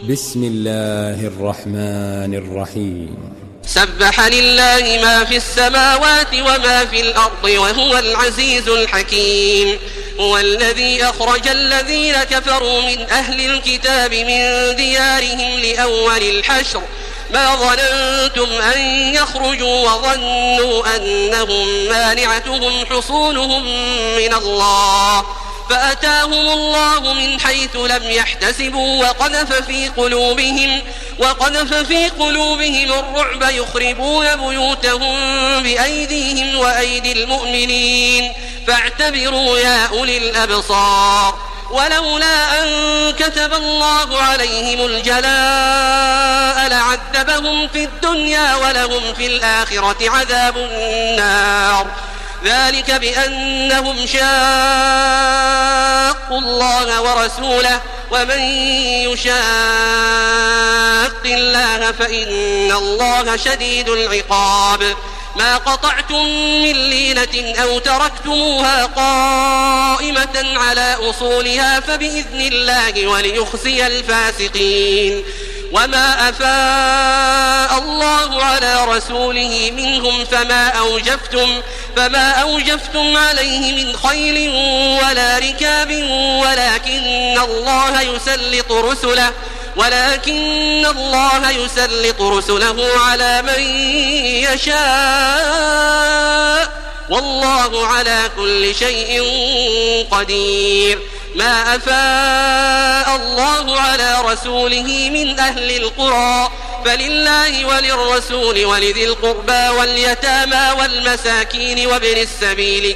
بسم الله الرحمن الرحيم. سبح لله ما في السماوات وما في الأرض وهو العزيز الحكيم. هو الذي أخرج الذين كفروا من أهل الكتاب من ديارهم لأول الحشر ما ظننتم أن يخرجوا وظنوا أنهم مانعتهم حصونهم من الله فأتاهم الله من حيث لم يحتسبوا وقذف في قلوبهم الرعب يخربون بيوتهم بأيديهم وأيدي المؤمنين فاعتبروا يا أولي الأبصار. ولولا أن كتب الله عليهم الجلاء لعذبهم في الدنيا ولهم في الآخرة عذاب النار ذلك بأنهم شاقوا الله ورسوله ومن يشاق الله فإن الله شديد العقاب. ما قطعتم من لينة أو تركتموها قائمة على أصولها فبإذن الله وليخزي الفاسقين. وما أفاء الله على رسوله منهم فما أوجفتم عليه من خيل ولا ركاب ولكن الله يسلط رسله على من يشاء والله على كل شيء قدير. ما أفاء الله على رسوله من أهل القرى فلله وللرسول ولذي القربى واليتامى والمساكين وابن السبيل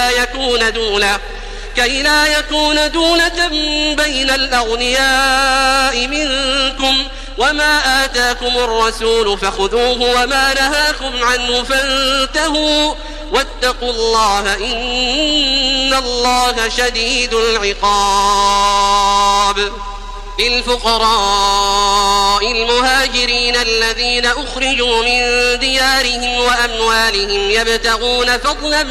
كي لا يكون دولة بين الأغنياء منكم. وما آتاكم الرسول فخذوه وما نهاكم عنه فانتهوا واتقوا الله إن الله شديد العقاب. للفقراء المهاجرين الذين أخرجوا من ديارهم وأموالهم يبتغون فضلا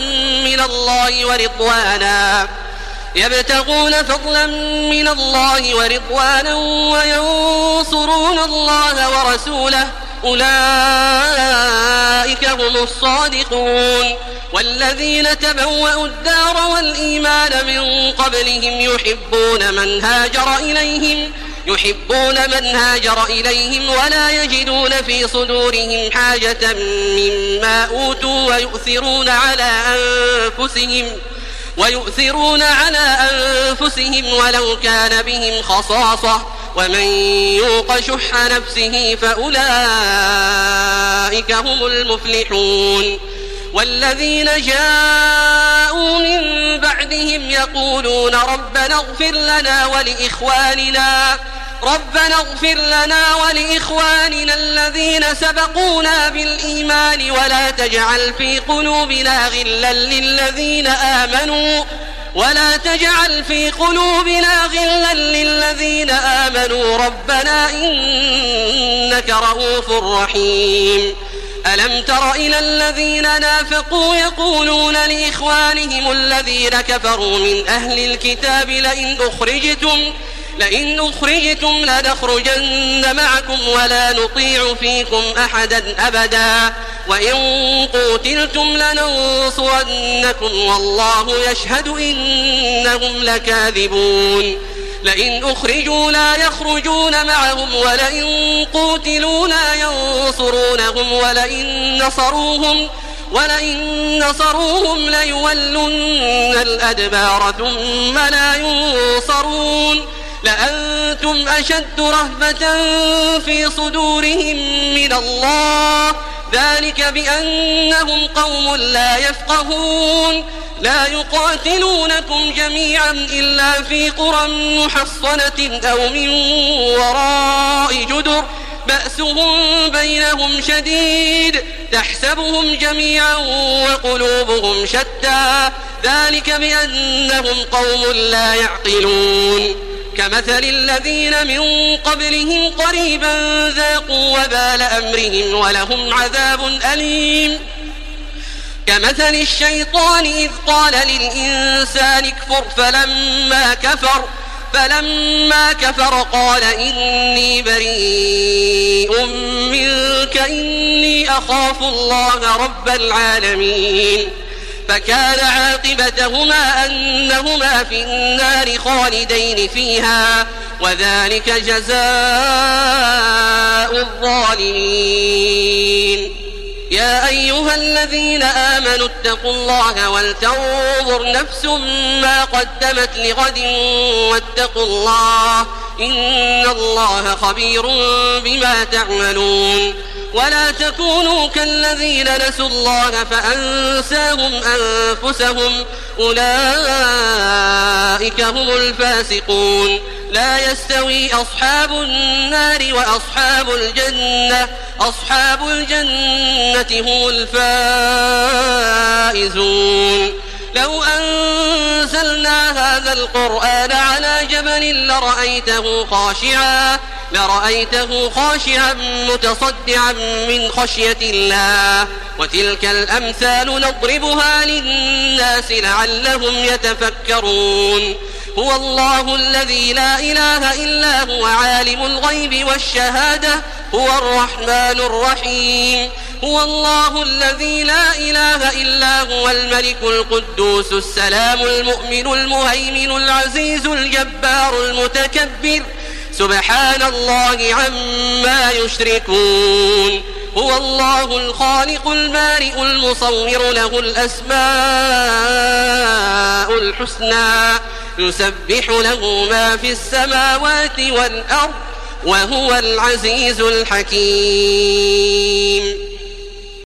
من الله ورضوانا وينصرون الله ورسوله أولئك هم الصادقون. والذين تبوأوا الدار والإيمان من قبلهم يحبون من هاجر إليهم ولا يجدون في صدورهم حاجة مما أوتوا ويؤثرون على أنفسهم ولو كان بهم خصاصة ومن يوق شح نفسه فأولئك هم المفلحون. والذين جاءوا من بعدهم يقولون ربنا اغفر لنا ولإخواننا الذين سبقونا بالإيمان ولا تجعل في قلوبنا غلا للذين آمنوا ربنا إنك رؤوف رحيم. ألم تر إلى الذين نافقوا يقولون لإخوانهم الذين كفروا من أهل الكتاب لئن أخرجتم لنخرجن معكم ولا نطيع فيكم أحدا أبدا وإن قوتلتم لننصرنكم والله يشهد إنهم لكاذبون. لئن أخرجوا لا يخرجون معهم ولئن قوتلوا لا ينصرونهم ولئن نصروهم ليولن الأدبار ثم لا ينصرون. لأنتم أشد رهبة في صدورهم من الله ذلك بأنهم قوم لا يفقهون. لا يقاتلونكم جميعا إلا في قرى محصنة أو من وراء جدر بأسهم بينهم شديد تحسبهم جميعا وقلوبهم شتى ذلك بأنهم قوم لا يعقلون. كمثل الذين من قبلهم قريبا ذاقوا وبال أمرهم ولهم عذاب أليم. كمثل الشيطان إذ قال للإنسان اكفر فلما كفر قال إني بريء منك إني أخاف الله رب العالمين فكان عاقبتهما أنهما في النار خالدين فيها وذلك جزاء الظالمين. يا أيها الذين آمنوا اتقوا الله ولتنظر نفس ما قدمت لغد واتقوا الله إن الله خبير بما تعملون. ولا تكونوا كالذين نسوا الله فأنساهم أنفسهم أولئك هم الفاسقون. لا يستوي أصحاب النار وأصحاب الجنة أصحاب الجنة هم الفائزون. لو أنزلنا هذا القرآن على جبل لرأيته خاشعا متصدعا من خشية الله وتلك الأمثال نضربها للناس لعلهم يتفكرون. هو الله الذي لا إله إلا هو عالم الغيب والشهادة هو الرحمن الرحيم. هو الله الذي لا إله إلا هو الملك القدوس السلام المؤمن المهيمن العزيز الجبار المتكبر سبحان الله عما يشركون. هو الله الخالق البارئ المصور له الأسماء الحسنى يسبح له ما في السماوات والأرض وهو العزيز الحكيم.